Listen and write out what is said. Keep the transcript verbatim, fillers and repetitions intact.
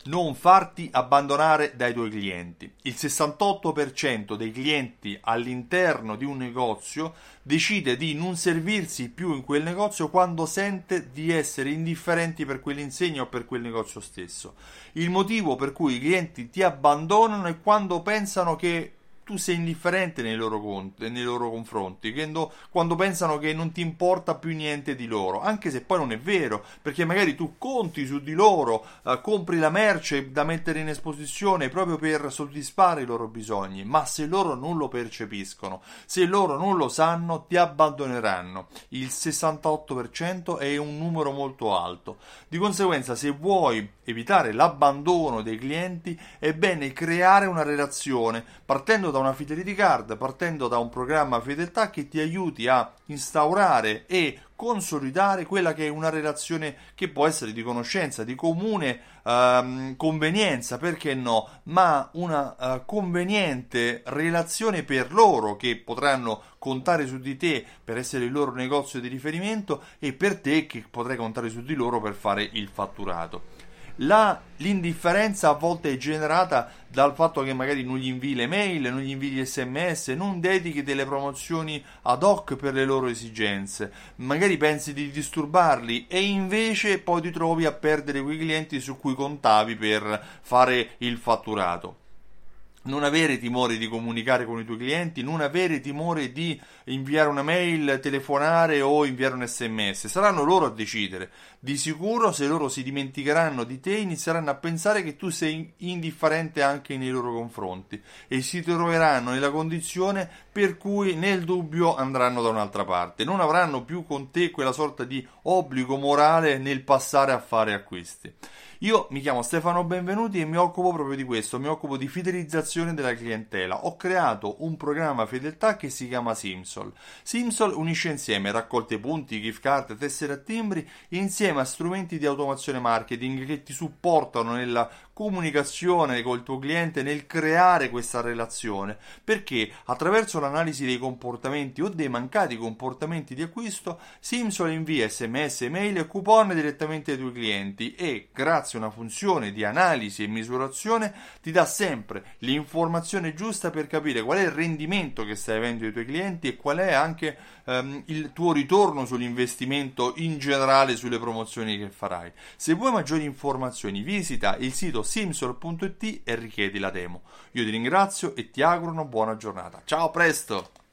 Non farti abbandonare dai tuoi clienti. Il sessantotto per cento dei clienti all'interno di un negozio decide di non servirsi più in quel negozio quando sente di essere indifferenti per quell'insegna o per quel negozio stesso. Il motivo per cui i clienti ti abbandonano è quando pensano che tu sei indifferente nei loro, conti, nei loro confronti, quando, quando pensano che non ti importa più niente di loro, anche se poi non è vero, perché magari tu conti su di loro, eh, compri la merce da mettere in esposizione proprio per soddisfare i loro bisogni, ma se loro non lo percepiscono, se loro non lo sanno, ti abbandoneranno. Il sessantotto per cento è un numero molto alto. Di conseguenza, se vuoi evitare l'abbandono dei clienti, è bene creare una relazione partendo da una fidelity card, partendo da un programma fedeltà che ti aiuti a instaurare e consolidare quella che è una relazione che può essere di conoscenza, di comune ehm, convenienza, perché no, ma una eh, conveniente relazione per loro, che potranno contare su di te per essere il loro negozio di riferimento e per te che potrai contare su di loro per fare il fatturato. La, l'indifferenza a volte è generata dal fatto che magari non gli invii le mail, non gli invii gli sms, non dedichi delle promozioni ad hoc per le loro esigenze, magari pensi di disturbarli e invece poi ti trovi a perdere quei clienti su cui contavi per fare il fatturato. Non avere timore di comunicare con i tuoi clienti, non avere timore di inviare una mail, telefonare o inviare un sms. Saranno loro a decidere. Di sicuro, se loro si dimenticheranno di te, inizieranno a pensare che tu sei indifferente anche nei loro confronti e si troveranno nella condizione per cui nel dubbio andranno da un'altra parte. Non avranno più con te quella sorta di obbligo morale nel passare a fare acquisti. Io mi chiamo Stefano Benvenuti e mi occupo proprio di questo, mi occupo di fidelizzazione della clientela. Ho creato un programma fedeltà che si chiama Simsol. Simsol unisce insieme raccolte punti, gift card, tessere a timbri insieme a strumenti di automazione marketing che ti supportano nella comunicazione col tuo cliente, nel creare questa relazione, perché attraverso l'analisi dei comportamenti o dei mancati comportamenti di acquisto, Simsol invia sms, email e coupon direttamente ai tuoi clienti e grazie a una funzione di analisi e misurazione ti dà sempre l'informazione giusta per capire qual è il rendimento che stai avendo ai tuoi clienti e qual è anche ehm, il tuo ritorno sull'investimento in generale, sulle promozioni che farai. Se vuoi maggiori informazioni visita il sito simsol punto it e richiedi la demo. Io ti ringrazio e ti auguro una buona giornata. Ciao, a presto!